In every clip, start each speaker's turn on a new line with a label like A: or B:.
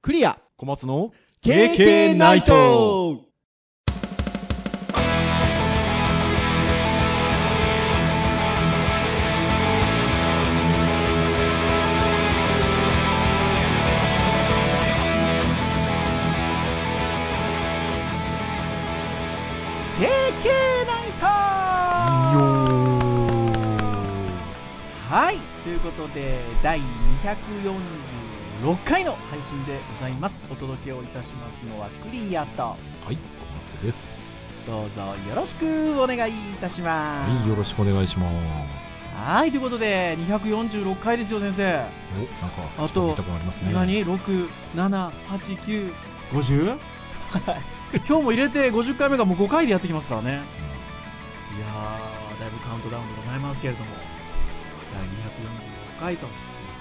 A: クリア
B: 小松の
A: KK ナイト。
C: はい、ということで第246回の配信でございます。お届けをいたしますのはクリアと、
B: はい、小松です。
C: どうぞよろしくお願いいたします。
B: はい、よろしくお願いします。
C: はい、ということで246回ですよ先生。
B: お、なんか近づいたくなりますね。
C: 何 ?6、7、8、9、50? 今日も入れて50回目がもう5回でやってきますからね、いやー、だいぶカウントダウンでございますけれども、第246回という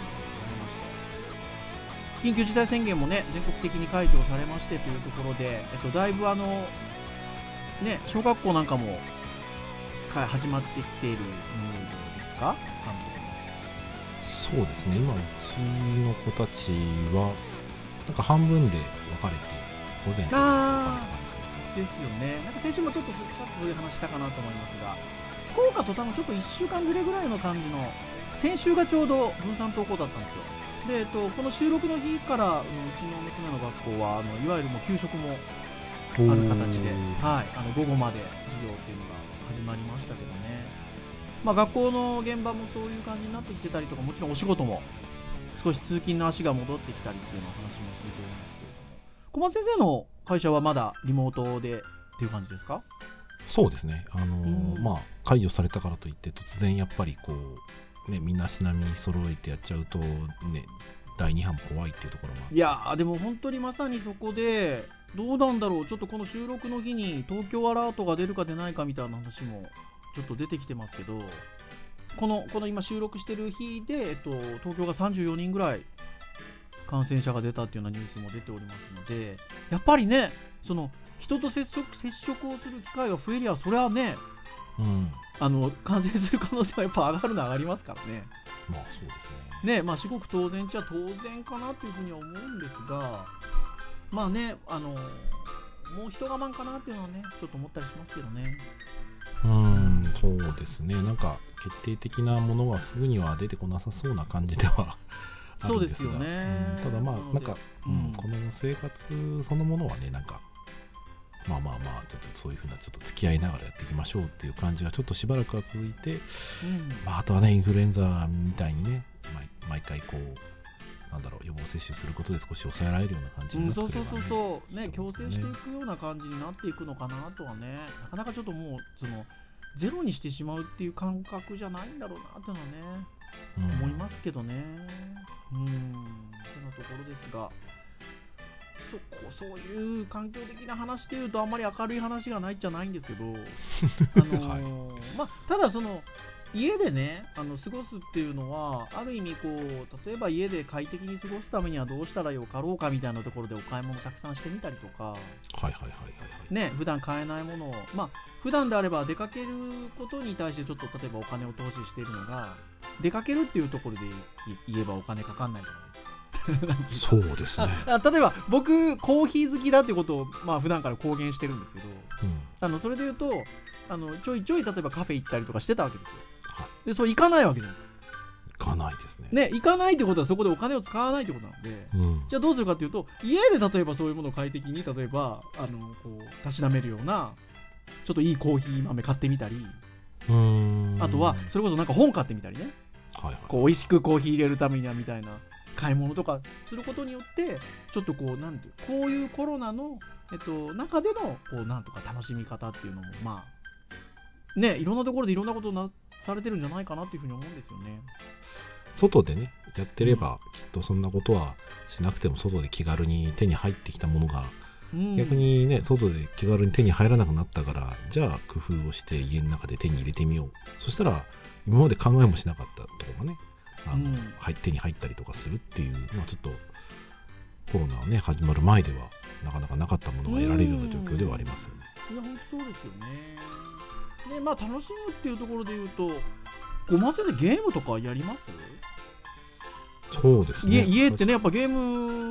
C: ことでございました。緊急事態宣言もね、全国的に解除されましてというところで、だいぶね、小学校なんかも始まってきているムードですか、関
B: そうですね、今うちの子たちはなんか半分で分かれて午前と
C: あーですよね。なんか先週もちょっとそういう話したかなと思いますが、福岡と多分ちょっと1週間ずれぐらいの感じの、先週がちょうど分散登校だったんですよ。で、この収録の日からうちの娘の学校はいわゆるもう給食もある形で、はい、午後まで授業っていうのが始まりましたけどね。まあ、学校の現場もそういう感じになってきてたりとか、もちろんお仕事も少し通勤の足が戻ってきたりっていうのを話も聞いておりますけれども、小松先生の会社はまだリモートでっていう感じですか？
B: そうですね、まあ解除されたからといって突然やっぱりこうね、みんな足並み揃えてやっちゃうとね、第2波も怖いっていうところもあって、
C: いやーでも本当にまさにそこでどうなんだろう、ちょっとこの収録の日に東京アラートが出るか出ないかみたいな話もちょっと出てきてますけど、この今収録してる日で、東京が34人ぐらい感染者が出たっていうようなニュースも出ておりますので、やっぱりね、その人と接触をする機会が増えりゃ、それはね、感染する可能性はやっぱ上がるのは上がりますからね。
B: まあそうですね。
C: まあ至極当然っちゃ当然かなというふうには思うんですが、まあね、もう一我慢かなっていうのはね、ちょっと思ったりしますけどね。
B: そうですね、なんか決定的なものはすぐには出てこなさそうな感じではあるんですが、
C: そうですよね。
B: ただまあなんか、この生活そのものはね、なんかまあちょっとそういうふうなちょっと付き合いながらやっていきましょうっていう感じがちょっとしばらくは続いて、まあ、あとはねインフルエンザみたいにね、毎回こうなんだろう、予防接種することで少し抑えられるような感じになってくればね、
C: そうね、強制していくような感じになっていくのかなとはね、なかなかちょっともうそのゼロにしてしまうっていう感覚じゃないんだろうなっていうのはね、思いますけどね。そんなところですが、そういう環境的な話でいうとあんまり明るい話がないっちゃないんですけど、まあ、ただその家でね過ごすっていうのはある意味こう、例えば家で快適に過ごすためにはどうしたらよかろうかみたいなところでお買い物たくさんしてみたりとか、ね、普段買えないものを、まあ普段であれば出かけることに対してちょっと例えばお金を投資しているのが、出かけるっていうところで言えばお金かかんないじゃないですか。
B: そうですね。
C: 例えば僕コーヒー好きだってことを、まあ普段から公言してるんですけど、それで言うとちょいちょい例えばカフェ行ったりとかしてたわけですよ。でそう行かないわけじゃないですか。
B: 行かないですね。
C: 行かないってことはそこでお金を使わないってことなので、じゃあどうするかっていうと、家で例えばそういうものを快適に、例えばこうたしなめるようなちょっといいコーヒー豆買ってみたり、あとはそれこそなんか本買ってみたりね、こう美味しくコーヒー入れるためにはみたいな買い物とかすることによって、ちょっとこうなんていう、こういうコロナの中でのこうなんとか楽しみ方っていうのも、まあね、いろんなところでいろんなことをされてるんじゃないかなっていうふうに思うんですよね。
B: 外でねやってれば、きっとそんなことはしなくても外で気軽に手に入ってきたものが、逆にね外で気軽に手に入らなくなったから、じゃあ工夫をして家の中で手に入れてみよう。そしたら今まで考えもしなかったところがね、手に入ったりとかするっていう、まあ、ちょっとコロナがね始まる前ではなかなかなかったものが得られるような状況ではありますよね。
C: いや本当そうですよね。でまあ楽しむっていうところで言うと、ごませでゲームとかやります？
B: そうですね。
C: 家ってねやっぱゲーム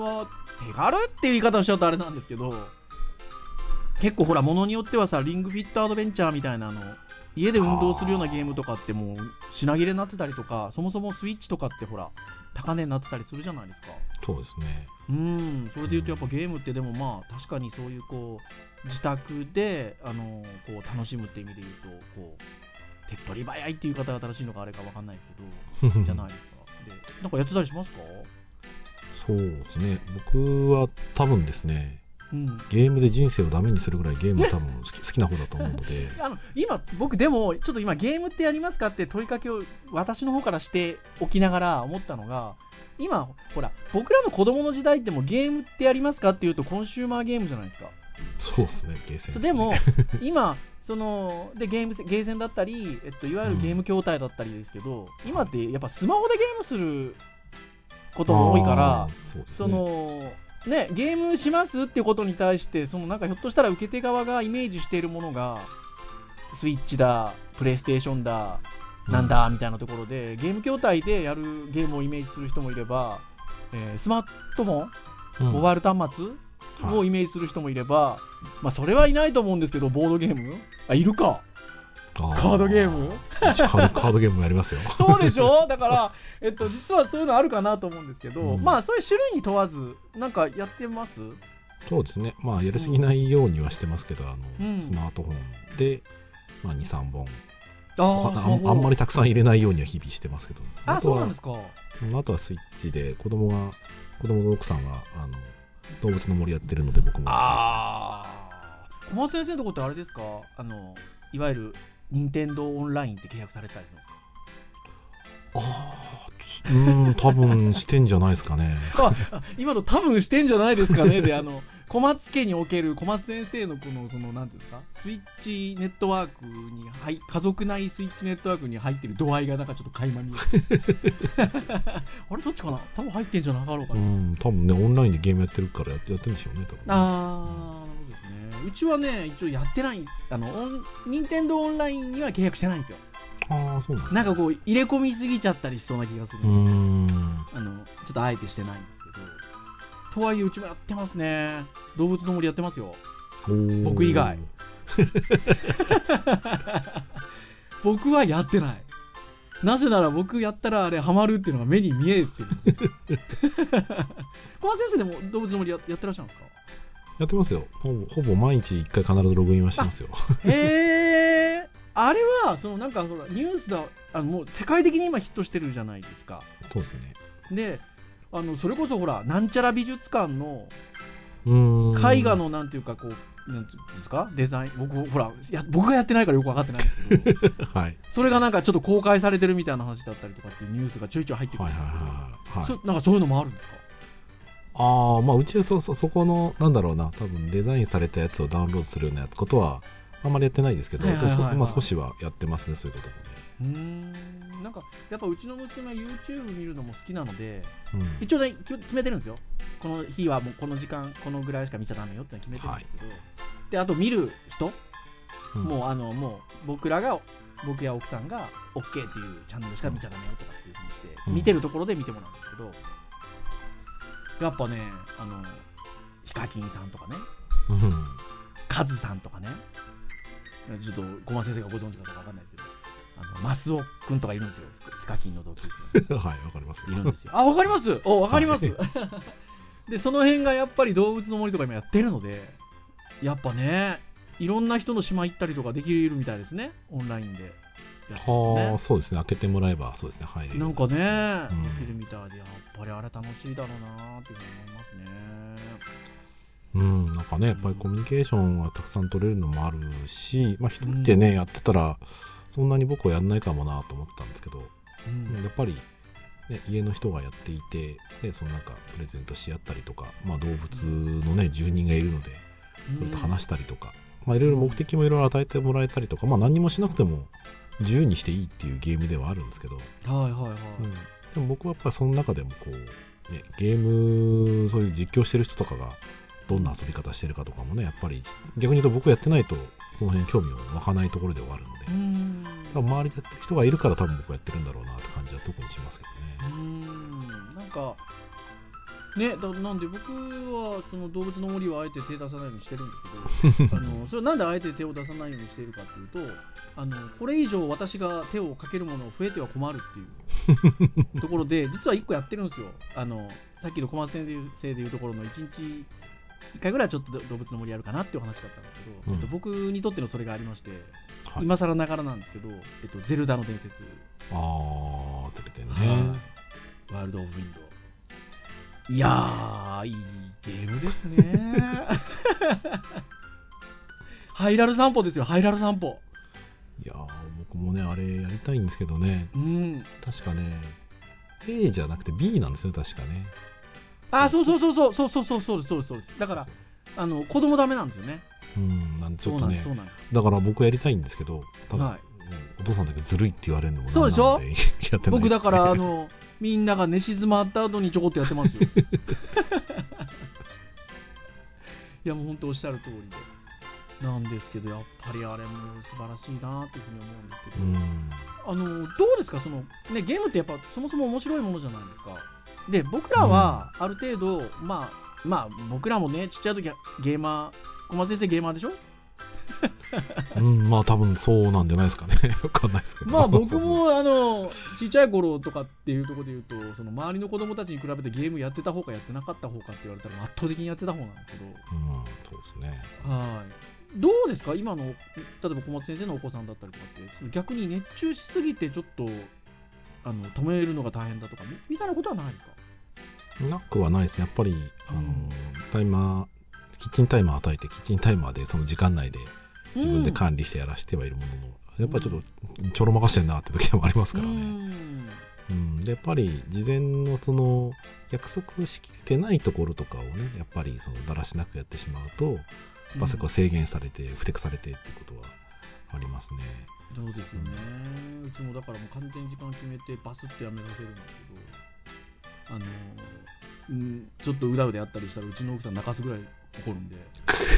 C: は手軽っていう言い方をしちゃうとあれなんですけど、結構ほらものによってはさ、リングフィットアドベンチャーみたいなの家で運動するようなゲームとかってもう品切れになってたりとか、そもそもスイッチとかってほら高値になってたりするじゃないですか。
B: そうですね。
C: それでいうとやっぱゲームってでもまあ確かにそういうこう自宅でこう楽しむって意味で言うとこう手っ取り早いっていう言い方が正しいのかあれか分かんないですけどじゃないですか。でなんかやってたりしますか？
B: そうですね。僕は多分ですね、ゲームで人生をダメにするぐらいゲームは多分好きな方だと思うので
C: 今僕でもちょっと今ゲームってやりますかって問いかけを私の方からしておきながら思ったのが、今ほら僕らの子供の時代ってもうゲームってやりますかっていうとコンシューマーゲームじゃないですか。
B: そうですね、ゲーセンですね。
C: でも今そのでゲーセンだったり、いわゆるゲーム筐体だったりですけど、今ってやっぱスマホでゲームすることも多いから、そのね、ゲームしますっていうことに対してそのなんかひょっとしたら受け手側がイメージしているものがスイッチだプレイステーションだなんだみたいなところで、ゲーム筐体でやるゲームをイメージする人もいれば、スマートフォン、モバイル端末をイメージする人もいれば、まあそれはいないと思うんですけど、ボードゲームいるか、カードゲーム
B: カードゲームもやりますよ
C: そうでしょ。だから、実はそういうのあるかなと思うんですけど、まあそういう種類に問わずなんかやってます？
B: そうですね、まあやりすぎないようにはしてますけど、スマートフォンで、まあ、2、3本あんまりたくさん入れないようには日々してますけど、
C: そうなんですか。
B: あとはスイッチで子供の奥さんが動物の森やってるので僕も
C: 小松先生のとこってあれですか、いわゆる任天堂オンラインって契約されたりするんですか？
B: 多分してんじゃないですかね
C: 今の多分してんじゃないですかねで小松家における小松先生のそのなんていうんですか、スイッチネットワークに家族内スイッチネットワークに入ってる度合いがなんかちょっと垣間見えるあれどっちかな、多分入ってんじゃなかろうかな。
B: 多分ねオンラインでゲームやってるからやってるんでしょうね、多分。
C: なるほどですね。うちはね一応やってないんです。任天堂オンラインには契約してないんですよ。
B: そうなんです。
C: なんかこう入れ込みすぎちゃったりしそうな気がするので、ちょっとあえてしてないんですけど、とはいえうちもやってますね。動物の森やってますよ、僕以外僕はやってない。なぜなら僕やったらあれハマるっていうのが目に見えてる小松先生でも動物の森やってらっしゃるんですか？
B: やってますよ。ほぼ毎日1回必ずログインはしてますよ。
C: あれはなんかほらニュースだ、もう世界的に今ヒットしてるじゃないですか。
B: そうですね。
C: でそれこそほらなんちゃら美術館の絵画のなんていうかこうなんていうんですか、デザイン、僕がやってないからよく分かってないんですけど、はい、それがなんかちょっと公開されてるみたいな話だったりとかっていうニュースがちょいちょい入ってくるんですけど、なんかそういうのもあるんですか？
B: まあうちはそこのなんだろうな、多分デザインされたやつをダウンロードするようなことはあんまりやってないですけど、少しはやってますね、そういうこともね。
C: なんかやっぱうちの娘は YouTube 見るのも好きなので、一応ね決めてるんですよ。この日はもうこの時間このぐらいしか見ちゃダメよってのは決めてるんですけど、であと見る人、もう僕や奥さんが OK っていうチャンネルしか見ちゃダメよとかっていう風にして、見てるところで見てもらうんですけど、やっぱねヒカキンさんとかね、カズさんとかね、ちょっと小松先生がご存知かわかんないですけど、マスオくんとかいるんですよ、ヒカキンの同級生
B: はい、わかります。
C: いるんですよ。わかります。わかります。でその辺がやっぱり動物の森とか今やってるので、やっぱねいろんな人の島行ったりとかできるみたいですね、オンラインでやってるね。
B: そうですね、開けてもらえばそうですね、入れる。
C: なんかね、できるみたいで、やっぱりあれ楽しいだろうなっていうふうに思いますね。
B: なんかね、やっぱりコミュニケーションがたくさん取れるのもあるし、まあ一人でね、やってたらそんなに僕はやんないかもなと思ったんですけど、やっぱり、ね、家の人がやっていて、でそのなんかプレゼントし合ったりとか、まあ、動物のね住人がいるのでそれと話したりとか、まあ、いろいろ目的もいろいろ与えてもらえたりとか、まあ、何もしなくても自由にしていいっていうゲームではあるんですけど、でも僕はやっぱりその中でもこう、ね、ゲームそういう実況してる人とかがどんな遊び方してるかとかもね、やっぱり逆に言うと僕やってないとその辺興味を湧かないところではあるので、多分周りでやってる人がいるから多分僕はやってるんだろうなって感じは特にしますけどね。
C: なんかね、なんで僕はその動物の森はあえて手出さないようにしてるんですけどそれはなんであえて手を出さないようにしているかというとこれ以上私が手をかけるものを増えては困るっていうところで実は1個やってるんですよ。さっきの小松先生でいうところの1日1回ぐらいちょっと動物の森やるかなっていう話だったんですけど、僕にとってのそれがありまして、はい、今更ながらなんですけど、ゼルダの伝説。
B: 出てね、
C: ワールド・オブ・ウィンド。いやー、いいゲームですね。ハイラル散歩ですよ、ハイラル散歩。
B: いやー、僕もね、あれやりたいんですけどね、確かね、A じゃなくて B なんですよ、確かね。
C: そうです。だから子供ダメなんですよね。
B: なんちょっとね、だから僕やりたいんですけど、ただ、お父さんだけずるいって言われるのもなんなのでやってないですね。
C: 僕だからみんなが寝静まった後にちょこっとやってますよ。いやもう本当おっしゃる通りでなんですけど、やっぱりあれも素晴らしいなっていうふうに思うんですけど、どうですか、ゲームってやっぱそもそも面白いものじゃないですか。で僕らはある程度、まあ僕らもね、ちっちゃい時はゲーマー、小松先生ゲーマーでしょ。
B: まあ多分そうなんじゃないですかね。わかんないですけど。
C: まあ僕もちっちゃい頃とかっていうところで言うと、その周りの子供たちに比べてゲームやってた方かやってなかった方かって言われたら圧倒的にやってた方なんですけど。
B: そうですね。
C: はい。どうですか今の、例えば小松先生のお子さんだったりとかって逆に熱中しすぎてちょっと止めるのが大変だとかみたいなことはないですか？
B: なくはないですね。やっぱりタイマー、キッチンタイマー与えて、キッチンタイマーでその時間内で自分で管理してやらせてはいるものの、やっぱりちょっとちょろまかしてんなって時もありますからね。でやっぱり事前のその約束しきってないところとかをね、やっぱりそのだらしなくやってしまうと、やっぱそこ制限されてふてくされてっていうことはありますね。
C: そうですよね。うちもだからもう完全に時間決めてバスってやめさせるんですけど、ちょっとうだうだやったりしたらうちの奥さん泣かすぐらい怒るんで。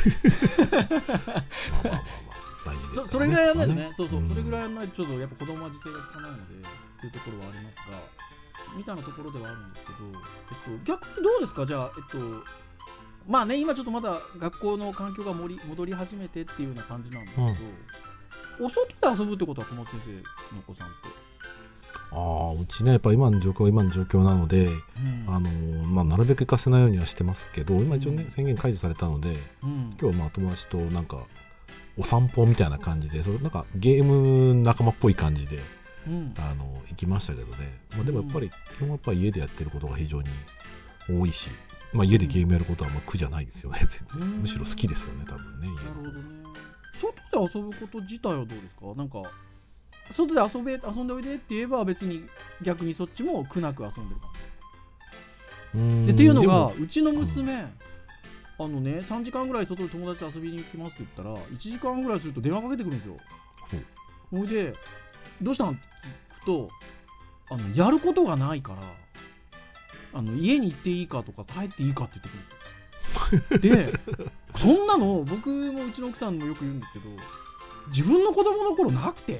B: 大事ですからね。
C: それぐらいやらないとね、それぐらいやらないとちょっとやっぱ子供は自制が効かないのでっていうところはありますが、みたいなところではあるんですけど、逆にどうですか？じゃあまあね、今ちょっとまだ学校の環境が戻り始めてっていうような感じなんですけど、お外で遊ぶってことは小松先生のお子さんって？
B: うちね、やっぱ今の状況なので、なるべく行かせないようにはしてますけど、今一応ね、宣言解除されたので、今日は友達となんかお散歩みたいな感じで、なんかゲーム仲間っぽい感じで、行きましたけどね。でもやっぱり基本はやっぱり家でやってることが非常に多いし、家でゲームやることは苦じゃないですよね。全然むしろ好きですよね、多分ね。
C: なるほどね。外で遊ぶこと自体はどうですか？なんか外で遊んでおいでって言えば別に逆にそっちも苦なく遊んでる感じですか？っていうのがうちの娘、3時間ぐらい外で友達と遊びに行きますって言ったら1時間ぐらいすると電話かけてくるんですよ。ほいでどうしたんって聞くとやることがないから家に行っていいかとか帰っていいかって言ってくるんですよ。でそんなの僕もうちの奥さんもよく言うんですけど、自分の子供の頃なくて、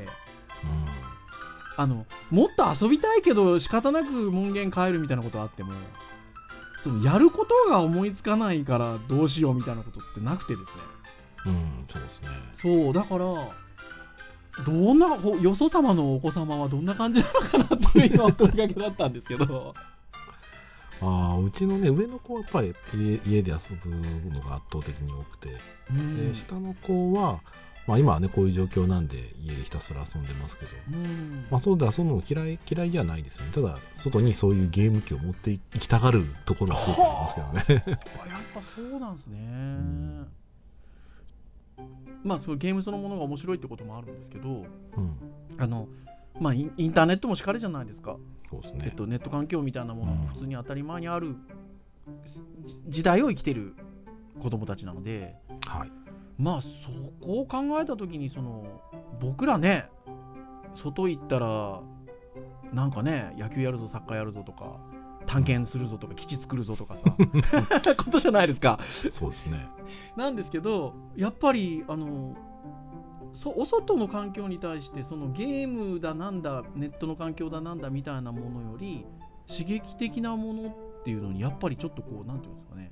C: もっと遊びたいけど仕方なく門限変えるみたいなことあっても、そのやることが思いつかないからどうしようみたいなことってなくてですね。
B: そうですね。
C: そうだからどんなよそ様のお子様はどんな感じなのかなっていうのは問いかけだったんですけど。
B: うちのね、上の子はやっぱり家で遊ぶのが圧倒的に多くて、で下の子は、今はねこういう状況なんで家でひたすら遊んでますけど、そうで遊ぶのも嫌いじゃないですよね。ただ外にそういうゲーム機を持っていきたがるところはすごくありますけどね。
C: やっぱそうなんですね。そのゲームそのものが面白いってこともあるんですけど、インターネットもしかりじゃないですか。
B: そうですね。
C: ネット環境みたいなものも普通に当たり前にある時代を生きてる子供たちなので、そこを考えた時に僕らね、外行ったらなんかね、野球やるぞサッカーやるぞとか探検するぞとか基地作るぞとかさことじゃないですか。
B: そうですね。
C: なんですけどやっぱりお外の環境に対してそのゲームだなんだネットの環境だなんだみたいなものより刺激的なものっっていうのにやっぱりちょっとこうなんていうんですかね、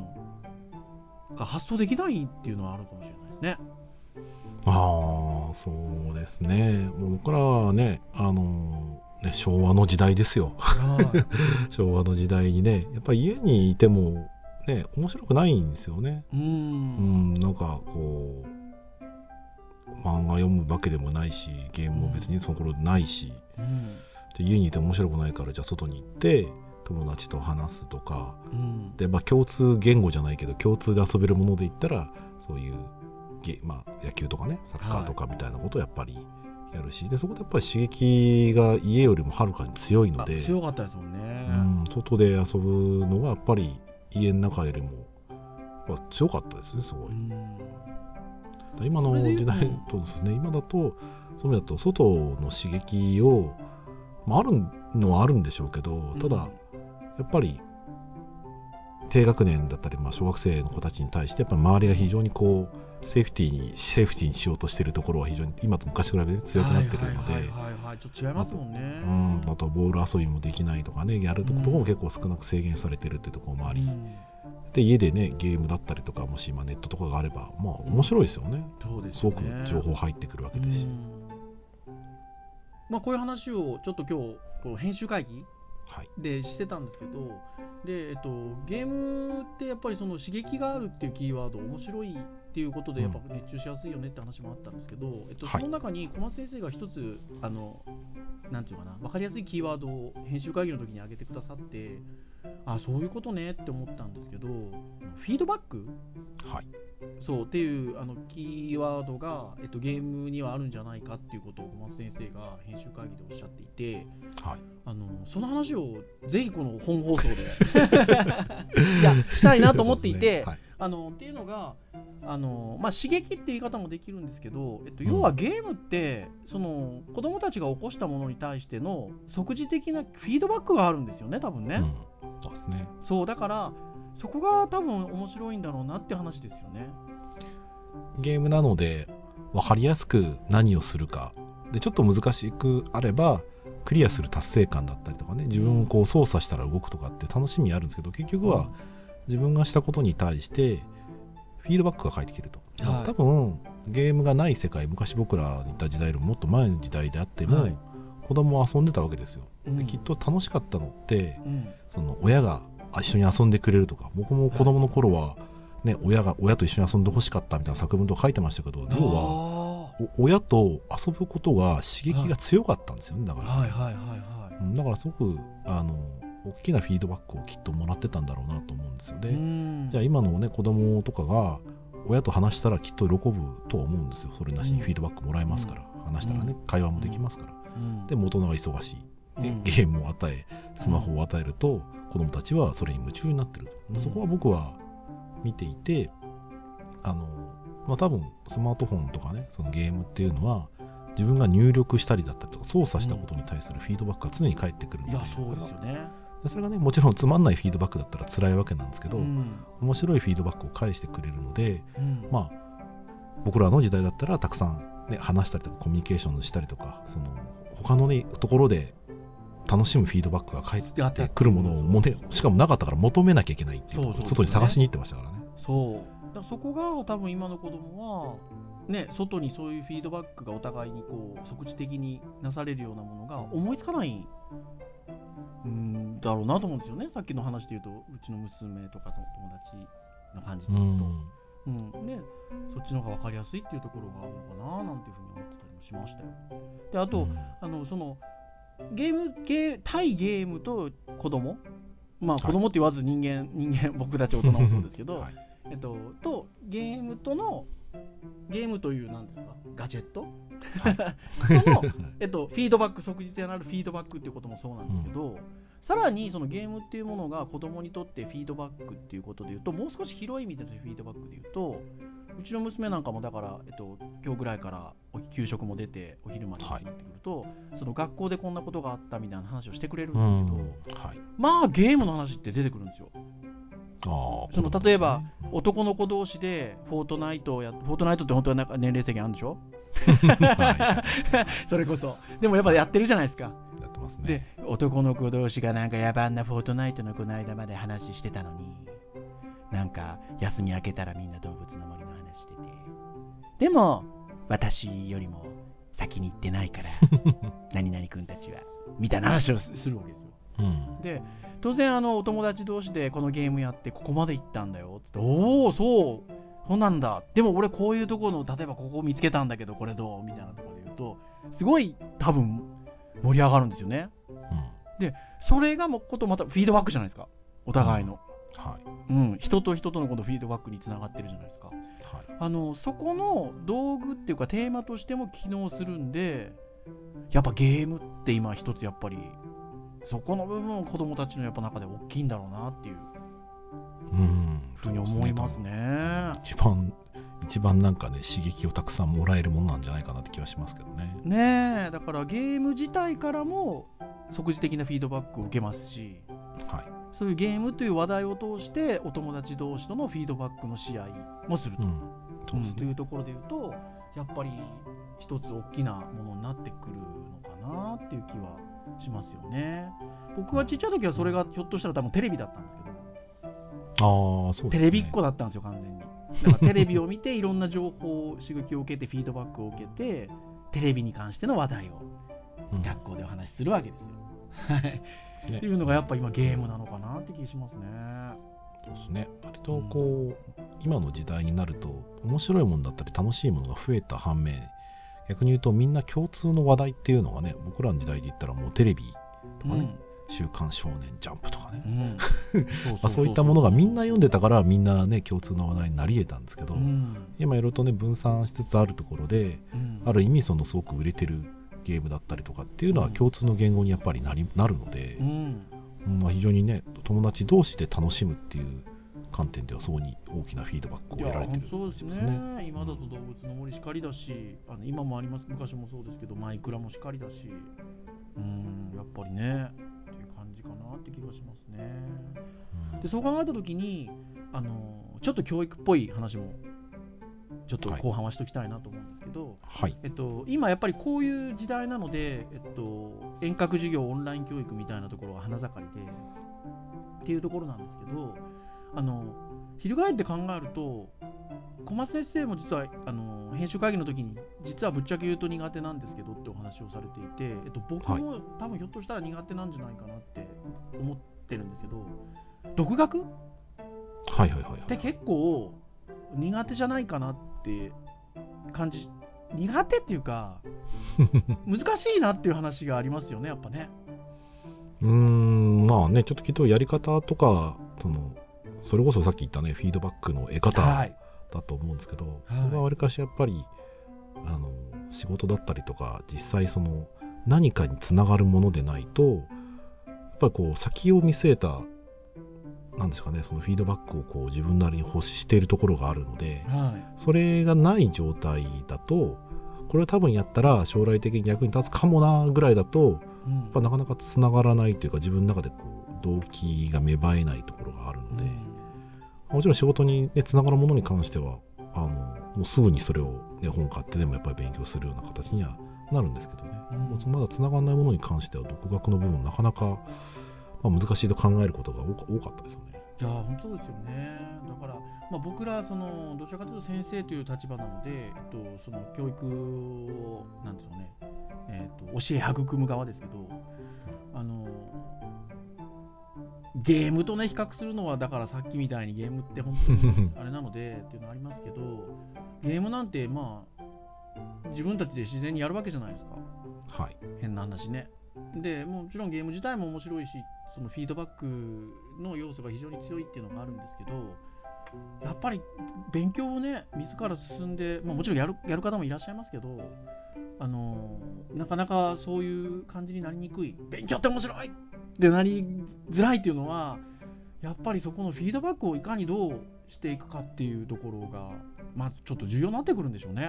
C: 発想できないっていうのはあるかもしれないですね。
B: ああ、そうですね。もう僕らはね、昭和の時代ですよ。昭和の時代にね、やっぱり家にいてもね、面白くないんですよね。なんかこう漫画読むわけでもないし、ゲームも別にその頃ないし、で家にいて面白くないから、じゃあ外に行って友達と話すとか、で共通言語じゃないけど共通で遊べるもので言ったらそういう野球とかね、サッカーとかみたいなことをやっぱりやるし、でそこでやっぱり刺激が家よりもはるかに強いので、
C: 強かったですもんね。
B: 外で遊ぶのがやっぱり家の中よりもやっぱ強かったですね、すごい。今の時代とですね、今だとそういう意味だと外の刺激を、あるのはあるんでしょうけど、ただやっぱり低学年だったり、小学生の子たちに対してやっぱり周りが非常にこうセーフティーにしようとしているところは非常に今と昔と比べて強くなっているので、
C: ちょっと違いますもんね。
B: あとボール遊びもできないとかね、やるところも結構少なく制限されているというところもあり、で家でねゲームだったりとか、もし今ネットとかがあれば面白いですよね。すごく情報入ってくるわけですし、こ
C: ういう話をちょっと今日この編集会議でしてたんですけど、でゲームってやっぱりその刺激があるっていうキーワード面白いっていうことでやっぱ熱中しやすいよねって話もあったんですけど、その中に小松先生が一つなんていうかな、分かりやすいキーワードを編集会議の時に挙げてくださって、そういうことねって思ったんですけど、フィードバック、そうっていうキーワードが、ゲームにはあるんじゃないかっていうことを小松先生が編集会議でおっしゃっていて、その話をぜひこの本放送でしたいなと思っていて、っていうのが刺激って言い方もできるんですけど、要はゲームってその子供たちが起こしたものに対しての即時的なフィードバックがあるんですよね、多分ね。
B: そうですね。
C: そうだからそこが多分面白いんだろうなって話ですよね。
B: ゲームなので分かりやすく何をするかで、ちょっと難しくあればクリアする達成感だったりとかね、自分をこう操作したら動くとかって楽しみあるんですけど、結局は自分がしたことに対してフィードバックが返ってきてると。多分ゲームがない世界、昔僕らにいた時代よりももっと前の時代であっても、子供は遊んでたわけですよ。できっと楽しかったのって、その親が一緒に遊んでくれるとか、僕も子供の頃はね、親と一緒に遊んでほしかったみたいな作文とか書いてましたけど、要は親と遊ぶことが刺激が強かったんですよね。だからだからすごく大きなフィードバックをきっともらってたんだろうなと思うんですよね。じゃあ今のね子供とかが親と話したらきっと喜ぶとは思うんですよ。それなしにフィードバックもらえますから、話したらね会話もできますから。でも大人が忙しいでゲームを与えスマホを与えると子供たちはそれに夢中になってると。そこは僕は見ていて、多分スマートフォンとかね、そのゲームっていうのは自分が入力したりだったりとか操作したことに対するフィードバックが常に返ってくるので、
C: そうですよね。
B: それがねもちろんつまんないフィードバックだったら辛いわけなんですけど、面白いフィードバックを返してくれるので、僕らの時代だったらたくさん、ね、話したりとかコミュニケーションしたりとか、その他の、ね、ところで楽しむフィードバックが返ってくるものをも、ね、しかもなかったから求めなきゃいけないっていうところ、外に探しに行ってましたからね。
C: そこが多分今の子供はね、外にそういうフィードバックがお互いにこう即時的になされるようなものが思いつかないだろうなと思うんですよね。さっきの話で言うとうちの娘とかの友達の感じで言うと、でそっちの方が分かりやすいっていうところがあるのかななんていうふうに思ってたりもしましたよ。であと、その対ゲームと子供、子供って言わず人間僕たち大人もそうですけど、とゲームというなんですかガジェットその、フィードバック、即時性のあるフィードバックっていうこともそうなんですけど、さらにそのゲームっていうものが子供にとってフィードバックっていうことでいうと、もう少し広い意味でのフィードバックでいうと、うちの娘なんかもだから、今日ぐらいから給食も出てお昼までになってくると、その学校でこんなことがあったみたいな話をしてくれるんですけど、ゲームの話って出てくるんですよ。その例えば男の子同士でフォートナイトって本当はなんか年齢制限あるんでしょそれこそでもやっぱやってるじゃないですか。
B: ますね。
C: で男の子同士がなんか野蛮なフォートナイトのこの間まで話してたのに、なんか休み明けたらみんな動物の森の話してて、でも私よりも先に行ってないから何々君たちはみたいな話をするわけですよ、
B: うん、
C: で当然お友達同士でこのゲームやってここまで行ったんだよって言って、おおそうなんだ、でも俺こういうところの例えばここを見つけたんだけどこれどうみたいなところで言うとすごい多分盛り上がるんですよね、
B: うん、
C: でそれがもうことまたフィードバックじゃないですか、お互いの、
B: はい
C: うん、人と人とのこのフィードバックにつながってるじゃないですか、
B: はい、
C: そこの道具っていうかテーマとしても機能するんで、やっぱゲームって今一つやっぱりそこの部分を子供たちのやっぱ中で大きいんだろうなっていうふうに思いますね。
B: 一番なんかね刺激をたくさんもらえるものなんじゃないかなって気はしますけどね。
C: ねえ、だからゲーム自体からも即時的なフィードバックを受けますし、
B: はい、
C: そういうゲームという話題を通してお友達同士とのフィードバックの試合もすると、
B: そうですね、
C: というところで言うとやっぱり一つ大きなものになってくるのかなっていう気はしますよね。僕はちっちゃい時はそれがひょっとしたら多分テレビだったんですけど、
B: そうですね、
C: テレビっ子だったんですよ完全に。だからテレビを見ていろんな情報刺激を受けてフィードバックを受けてテレビに関しての話題を学校でお話しするわけですよ、ね、っていうのがやっぱ今ゲームなのかなって気がしますね。
B: そうですね、割とこう、今の時代になると面白いものだったり楽しいものが増えた反面、逆に言うとみんな共通の話題っていうのがね、僕らの時代で言ったらもうテレビとかね、週刊少年ジャンプとかね、そういったものがみんな読んでたからみんなね共通の話題になり得たんですけど、今いろいろとね分散しつつあるところで、ある意味そのすごく売れてるゲームだったりとかっていうのは共通の言語にやっぱりなるので、非常にね友達同士で楽しむっていう観点ではそうに大きなフィードバックを得られてるんですね。
C: そうですね。今だと動物の森しかりだし、今もあります、昔もそうですけどマイクラもしかりだし、やっぱりねっていう感じかなって気がしますね。でそう考えた時にちょっと教育っぽい話もちょっと後半はしておきたいなと思うんですけど、
B: はい、
C: 今やっぱりこういう時代なので、遠隔授業オンライン教育みたいなところが花盛りでっていうところなんですけど、翻って考えると小松先生も実は編集会議の時に実はぶっちゃけ言うと苦手なんですけどってお話をされていて、僕も多分ひょっとしたら苦手なんじゃないかなって思ってるんですけど、独学って結構苦手じゃないかなって感じ、苦手っていうか難しいなっていう話がありますよね、やっぱね。
B: まあね、ちょっときっとやり方とかそれこそさっき言ったねフィードバックの得方だと思うんですけど、それはわりかしやっぱり仕事だったりとか実際その何かにつながるものでないと、やっぱりこう先を見据えたなんですかね、そのフィードバックをこう自分なりに欲しているところがあるので、それがない状態だとこれは多分やったら将来的に役に立つかもなぐらいだと、やっぱなかなかつながらないというか自分の中でこう動機が芽生えないところがあるので、もちろん仕事に、ね、つながるものに関してはもうすぐにそれを、ね、本買ってでもやっぱり勉強するような形にはなるんですけどね、まだつながらないものに関しては独学の部分なかなか、難しいと考えることが多かったですよね。
C: いや本当ですよね。だから、僕らどちらかというと先生という立場なので、その教育をなんでしょうね、教え育む側ですけど、ゲームとね比較するのはだからさっきみたいにゲームって本当にあれなのでっていうのはありますけど、ゲームなんて自分たちで自然にやるわけじゃないですか。変な話ね。でもちろんゲーム自体も面白いし、そのフィードバックの要素が非常に強いっていうのがあるんですけど、やっぱり勉強をね自ら進んで、もちろんやる方もいらっしゃいますけど、なかなかそういう感じになりにくい、勉強って面白いってなりづらいっていうのは、やっぱりそこのフィードバックをいかにどうしていくかっていうところが、ちょっと重要になってくるんでしょうね。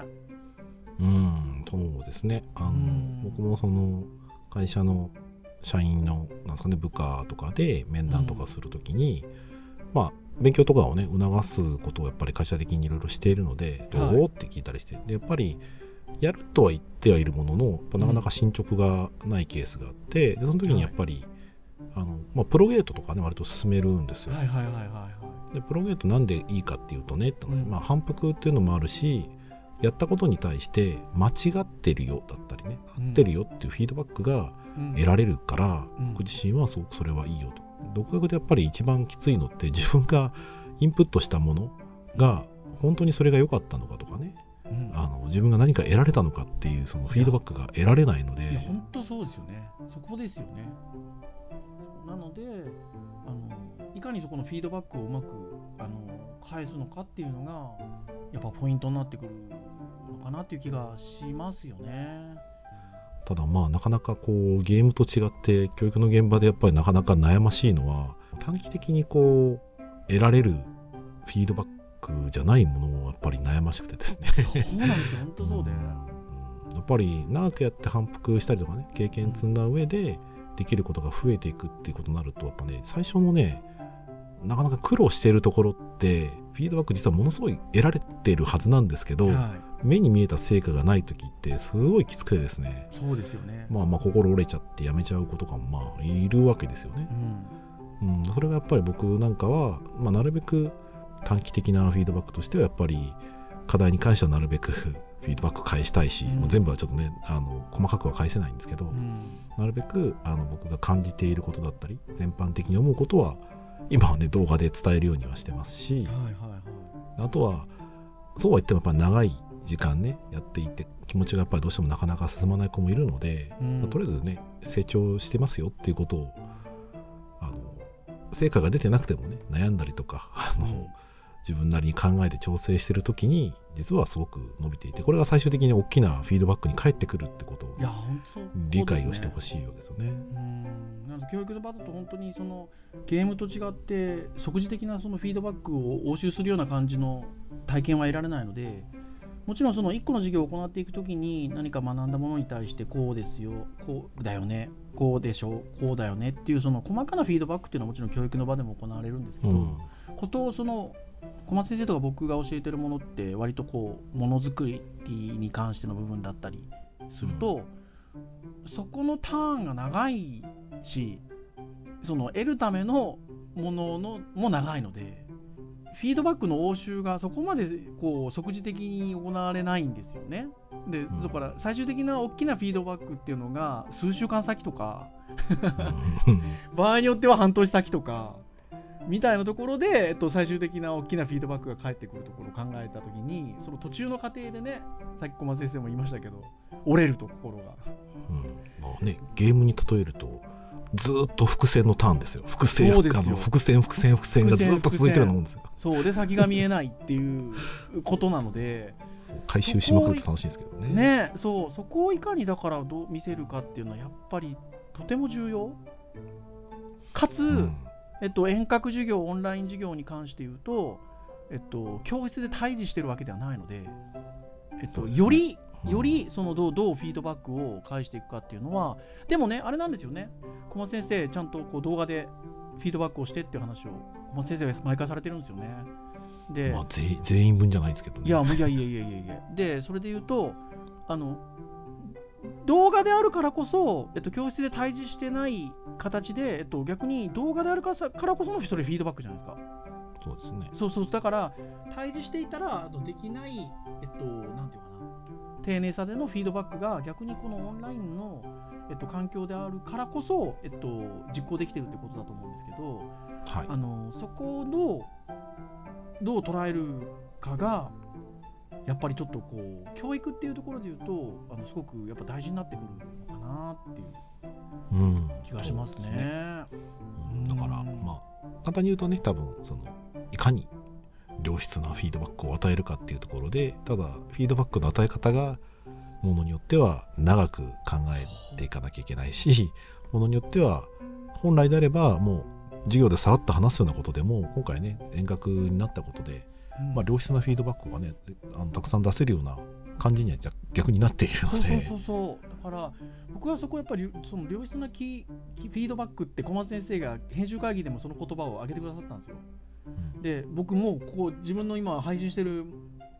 B: そうですね。僕もその会社の社員のなんですかね、部下とかで面談とかするときに、勉強とかをね促すことをやっぱり会社的にいろいろしているので、どうって聞いたりして、でやっぱりやるとは言ってはいるもののなかなか進捗がないケースがあって、でその時にやっぱり、プロゲートとかね割と進めるんですよ。でプロゲートなんでいいかっていうとね、反復っていうのもあるし、やったことに対して間違ってるよだったりね、合ってるよっていうフィードバックが得られるから、僕自身はすごくそれはいいよと。独学でやっぱり一番きついのって自分がインプットしたものが本当にそれが良かったのかとかね、自分が何か得られたのかっていうそのフィードバックが得られないので。
C: いや本当そうですよね。そこですよね。なのでいかにそこのフィードバックをうまく返すのかっていうのがやっぱポイントになってくるのかなっていう気がしますよね。
B: ただなかなかこうゲームと違って教育の現場でやっぱりなかなか悩ましいのは、短期的にこう得られるフィードバックじゃないものをやっぱり悩ましくてですね。
C: そうなんですよ、本当そうで、
B: やっぱり長くやって反復したりとかね、経験積んだ上でできることが増えていくっていうことになると、やっぱね最初のねなかなか苦労しているところってフィードバック実はものすごい得られてるはずなんですけど、目に見えた成果がない時ってすごいきつくてですね。
C: そうですよね。
B: 心折れちゃってやめちゃう子とかもいるわけですよね。それがやっぱり僕なんかは、なるべく短期的なフィードバックとしてはやっぱり課題に関してはなるべくフィードバック返したいし、全部はちょっとね細かくは返せないんですけど、なるべく僕が感じていることだったり全般的に思うことは今はね動画で伝えるようにはしてますし、あとはそうは言ってもやっぱり長い時間ねやっていて気持ちがやっぱりどうしてもなかなか進まない子もいるので、とりあえずね成長してますよっていうことを成果が出てなくてもね悩んだりとか自分なりに考えて調整してる時に実はすごく伸びていて、これが最終的に大きなフィードバックに返ってくるってことを理解をしてほしいわけですよね。
C: なので教育の場だと本当にそのゲームと違って即時的なそのフィードバックを応酬するような感じの体験は得られないので、もちろんその1個の授業を行っていくときに何か学んだものに対してこうですよ、こうだよね、こうでしょ、こうだよねっていうその細かなフィードバックっていうのはもちろん教育の場でも行われるんですけど、ことをその小松先生とか僕が教えてるものって割とこうものづくりに関しての部分だったりすると、そこのターンが長いし、その得るためのもののも長いので、フィードバックの応酬がそこまでこう即時的に行われないんですよね。で、だから最終的な大きなフィードバックっていうのが数週間先とか場合によっては半年先とかみたいなところで、最終的な大きなフィードバックが返ってくるところを考えたときに、その途中の過程でね、さっき小松先生も言いましたけど折れると心が、
B: ゲームに例えるとずっと伏線のターンですよ。伏線がずっと続いてると思うんですよ。
C: そうで先が見えないっていうことなので
B: 回収しまくると楽しいですけどね。
C: そこをいかにだからどう見せるかっていうのはやっぱりとても重要かつ、遠隔授業オンライン授業に関して言うと、教室で対峙してるわけではないので、よりそのどうフィードバックを返していくかっていうのは、でもねあれなんですよね、小松先生ちゃんとこう動画でフィードバックをしてっていう話を小松先生が毎回されてるんですよね。で、
B: 全員分じゃないですけどね。
C: いやでそれで言うと動画であるからこそ、教室で対峙してない形で、逆に動画であるからこそのそれフィードバックじゃないですか。
B: そうですね。
C: そうだから対峙していたらできないなんていうかな、丁寧さでのフィードバックが逆にこのオンラインの、環境であるからこそ、実行できてるってことだと思うんですけど、そこをどう捉えるかがやっぱりちょっとこう教育っていうところで言うとすごくやっぱ大事になってくるのかなっていう気がしますね。
B: だから簡単に言うとね、多分そのいかに良質なフィードバックを与えるかっていうところで、ただフィードバックの与え方がものによっては長く考えていかなきゃいけないし、ものによっては本来であればもう授業でさらっと話すようなことでも今回ね遠隔になったことで、良質なフィードバックがねたくさん出せるような感じには逆になっているので、
C: だから僕はそこやっぱりその良質なフィードバックって小松先生が編集会議でもその言葉を挙げてくださったんですよ。で僕もこう自分の今配信してる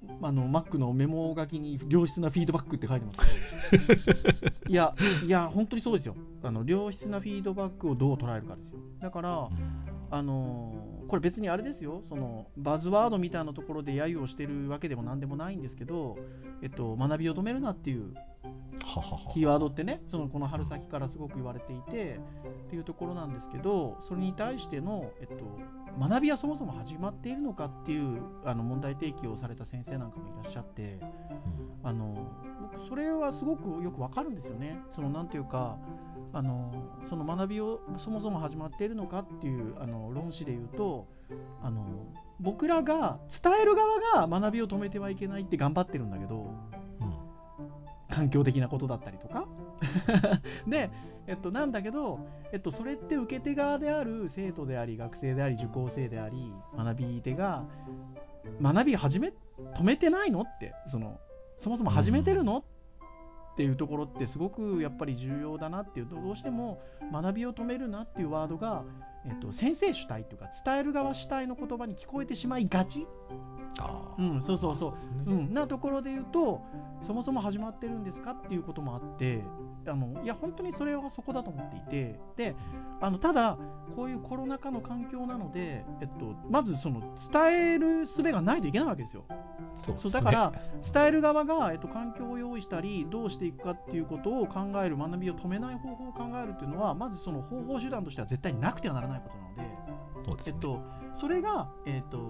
C: Mac のメモ書きに良質なフィードバックって書いてますいや本当にそうですよ。良質なフィードバックをどう捉えるかですよ。だから、これ別にあれですよ、そのバズワードみたいなところで揶揄をしてるわけでも何でもないんですけど、学びを止めるなっていうキーワードってね、この春先からすごく言われていてっていうところなんですけど、それに対しての、学びはそもそも始まっているのかっていう問題提起をされた先生なんかもいらっしゃって、僕それはすごくよくわかるんですよね。なんていうか、その学びをそもそも始まっているのかっていう論旨で言うと、僕らが伝える側が学びを止めてはいけないって頑張ってるんだけど、環境的なことだったりとかで、なんだけど、それって受け手側である生徒であり学生であり受講生であり学び手が学び止めてないのって、そもそも始めてるのっていうところってすごくやっぱり重要だなっていう。どうしても学びを止めるなっていうワードが、先生主体というか伝える側主体の言葉に聞こえてしまいがち。そうそうそう、なところで言うと、そもそも始まってるんですかっていうこともあって、いや本当にそれはそこだと思っていて、でただこういうコロナ禍の環境なので、まずその伝える術がないといけないわけですよ。そうだから伝える側が、環境を用意したりどうしていくかっていうことを考える、学びを止めない方法を考えるっていうのは、まずその方法手段としては絶対になくてはならないことなので、
B: そうですね、
C: それがなんていうの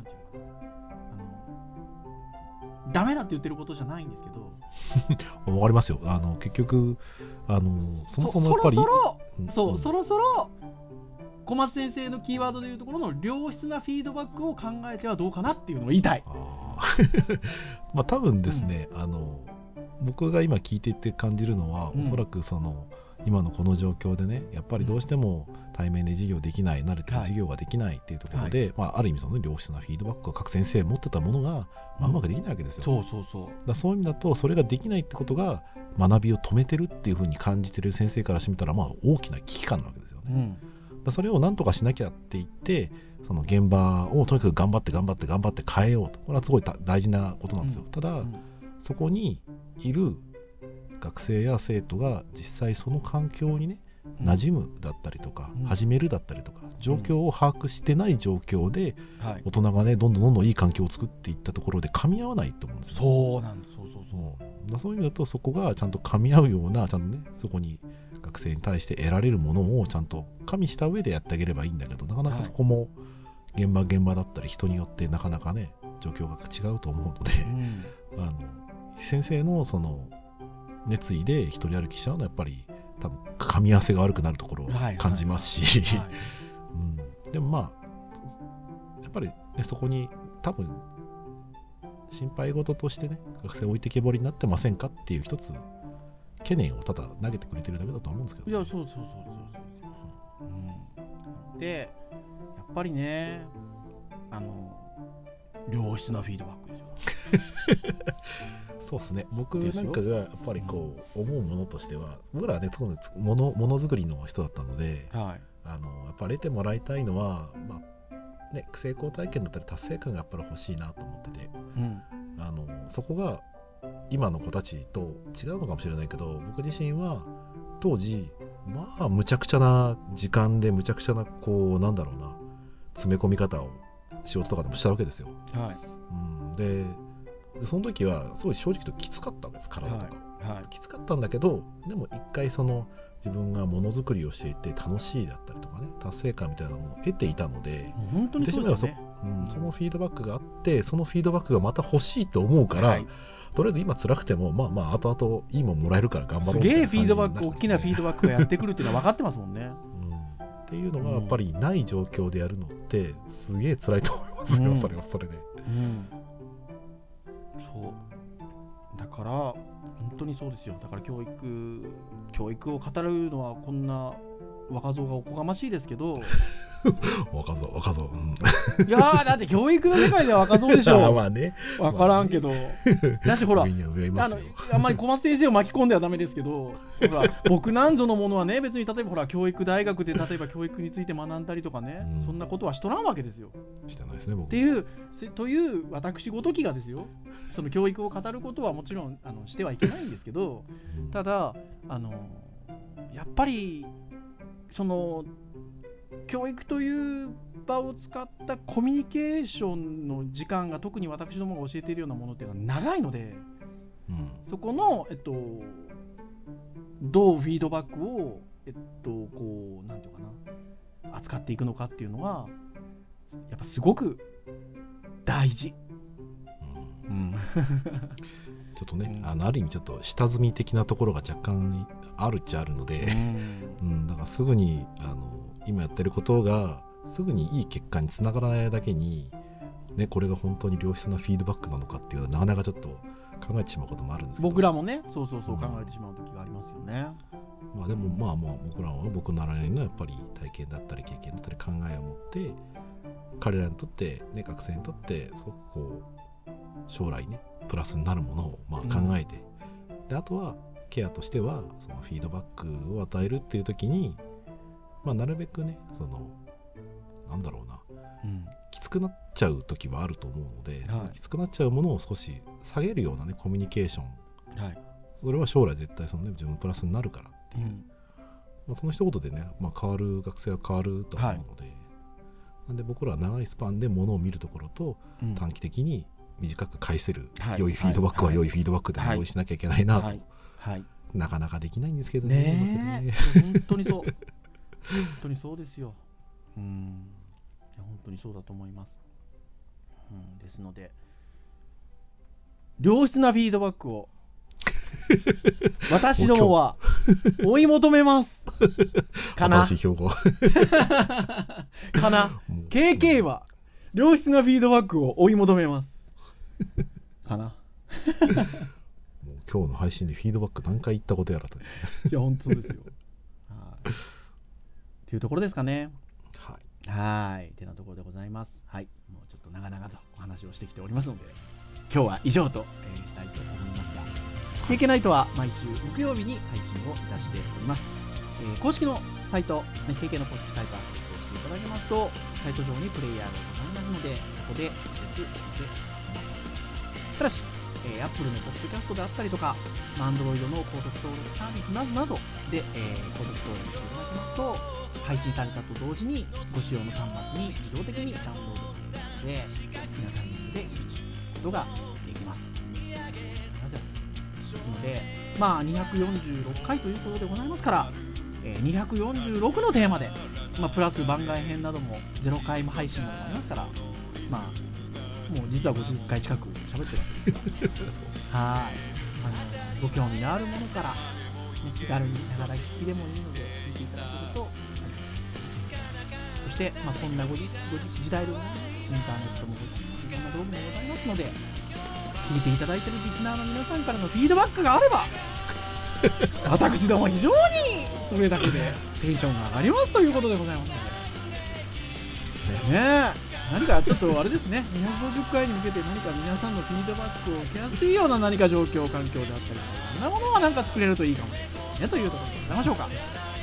C: ダメだって言ってることじゃないんですけど
B: わかりますよ。結局そもそもやっぱり
C: そろそろ小松先生のキーワードでいうところの良質なフィードバックを考えてはどうかなっていうのを言いたい。
B: まあ多分ですね、僕が今聞いていて感じるのは、おそらく今のこの状況でね、やっぱりどうしても対面で授業できない、慣れてる授業ができないっていうところで、ある意味その良質なフィードバックが各先生持ってたものが、うまくできないわけですよ。そういう意味だと、それができないってことが学びを止めてるっていうふうに感じてる先生からしてみたら、大きな危機感なわけですよね。それを何とかしなきゃって言って、その現場をとにかく頑張って変えようと、これはすごい大事なことなんですよ。ただ、そこにいる学生や生徒が実際その環境にね馴染むだったりとか、始めるだったりとか、状況を把握してない状況で、大人がねどんどんいい環境を作っていったところで噛み合わないと思うんですよ。
C: そうなんです。
B: そういう意味だと、そこがちゃんと噛み合うような、ちゃんとねそこに学生に対して得られるものをちゃんと加味した上でやってあげればいいんだけど、なかなかそこも現場だったり人によってなかなかね状況が違うと思うので、先生のその熱意で一人歩きしちゃうのはやっぱり多分噛み合わせが悪くなるところを感じますし、でもやっぱり、ね、そこに多分心配事としてね、学生置いてけぼりになってませんかっていう一つ懸念をただ投げてくれてるだけだと思うんですけど、
C: いやそうで、やっぱりね良質なフィードバックですよ
B: そうですね。僕なんかがやっぱり思うものとしては、僕らはねものづくりの人だったので、やっぱり得てもらいたいのは、成功体験だったり達成感がやっぱり欲しいなと思ってて、そこが今の子たちと違うのかもしれないけど、僕自身は当時むちゃくちゃな時間でむちゃくちゃな詰め込み方を仕事とかでもしたわけですよ。でその時はすごい正直ときつかったんです、体とか、きつかったんだけど、でも一回自分がものづくりをしていて楽しいだったりとかね、達成感みたいなものを得ていたので、
C: 本当にそうですよね。
B: そのフィードバックがあって、そのフィードバックがまた欲しいと思うから、とりあえず今辛くても後々いいもんもらえるから頑張ろうみたいな感じになるんですね。すげえフィードバック、
C: 大きなフィードバックがやってくるっていうのは分かってますもんね。
B: っていうのがやっぱりない状況でやるのってすげえ辛いと思いますよ、それはそれで。
C: そうだから本当にそうですよ。だから教育を語るのはこんな若造がおこがましいですけど
B: 若造、うん、
C: いやーだって教育の世界では若造でしょ
B: まあね、
C: 分からんけど、だしほら
B: 上には上いますよ。
C: あんまり小松先生を巻き込んではダメですけどほら僕なんぞのものはね別に例えばほら教育大学で例えば教育について学んだりとかね、そんなことはしとらんわけですよ。
B: してないですね僕。
C: っていうという私ごときがですよ、その教育を語ることはもちろんしてはいけないんですけど、ただやっぱりその教育という場を使ったコミュニケーションの時間が特に私どもが教えているようなものっていうのは長いので、そこの、どうフィードバックを、こうなんていうかな扱っていくのかっていうのがやっぱすごく大事。
B: ちょっとね、ある意味ちょっと下積み的なところが若干あるっちゃあるので、だからすぐに今やってることがすぐにいい結果につながらないだけに、ね、これが本当に良質なフィードバックなのかっていうのはなかなかちょっと考えてしまうこともあるんですけど、
C: 僕らもねそう考えてしまう時がありますよね。
B: でも僕らは僕ならりのやっぱり体験だったり経験だったり考えを持って彼らにとって、ね、学生にとってすごくこう将来ねプラスになるものを考えて、であとはケアとしてはそのフィードバックを与えるっていう時に、なるべくねなんだろうな、きつくなっちゃう時はあると思うので、そのきつくなっちゃうものを少し下げるようなねコミュニケーション、それは将来絶対その、ね、自分のプラスになるからっていう、その一言でね、変わる学生は変わると思うので、なんで僕らは長いスパンでものを見るところと、短期的に短く返せる、良いフィードバックは良いフィードバックで用意しなきゃいけないなと、なかなかできないんですけどね。
C: 本当にそう本当にそうですよ。いや本当にそうだと思います。ですので良質なフィードバックを私どもは追い求めますかな
B: 新しい標語
C: かな KK は良質なフィードバックを追い求めますかなもう
B: 今日の配信でフィードバック何回言ったことやらと。
C: いや本当ですよというところですかね。はいてなところでございます。もうちょっと長々とお話をしてきておりますので今日は以上と、したいと思いますが、KKナイトは毎週木曜日に配信をいたしております。公式のサイト、KK の公式サイトアクセスをしていただきますとサイト上にプレイヤーがございますのでそこで直接見ています。ただしApple のポッドキャストであったりとか Android の購読登録サービスなどなどで、購読登録していただきますと配信されたと同時にご使用の端末に自動的にダウンロードされるので好きなタイミングで聞くことができます。ですので246回ということでございますから246のテーマで、プラス番外編なども0回も配信もありますからもう実は50回近く喋ってるわけですからご興味のあるものから、気軽にながら聞きでもいいので聞いていただけるとそして、こんな時代でもインターネットもいろんな道具もございますので聞いていただいているリスナーの皆さんからのフィードバックがあれば私ども非常にそれだけでテンションが上がりますということでございますのでね何かちょっとあれですね250回に向けて何か皆さんのフィードバックを受けやすいような何か状況環境であったりそんなものは何か作れるといいかもしれないねというところでございましょうか。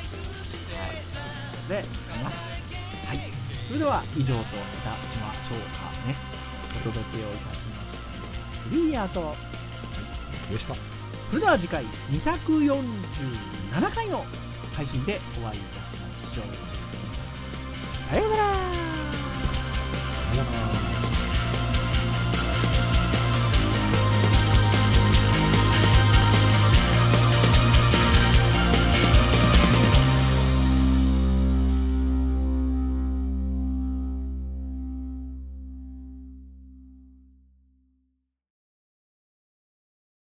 C: でございます。それでは以上といたしましょうかね。お届けをいたしましたフリーヤーと
B: でした。
C: それでは次回247回の配信でお会いいたしましょう。さようなら。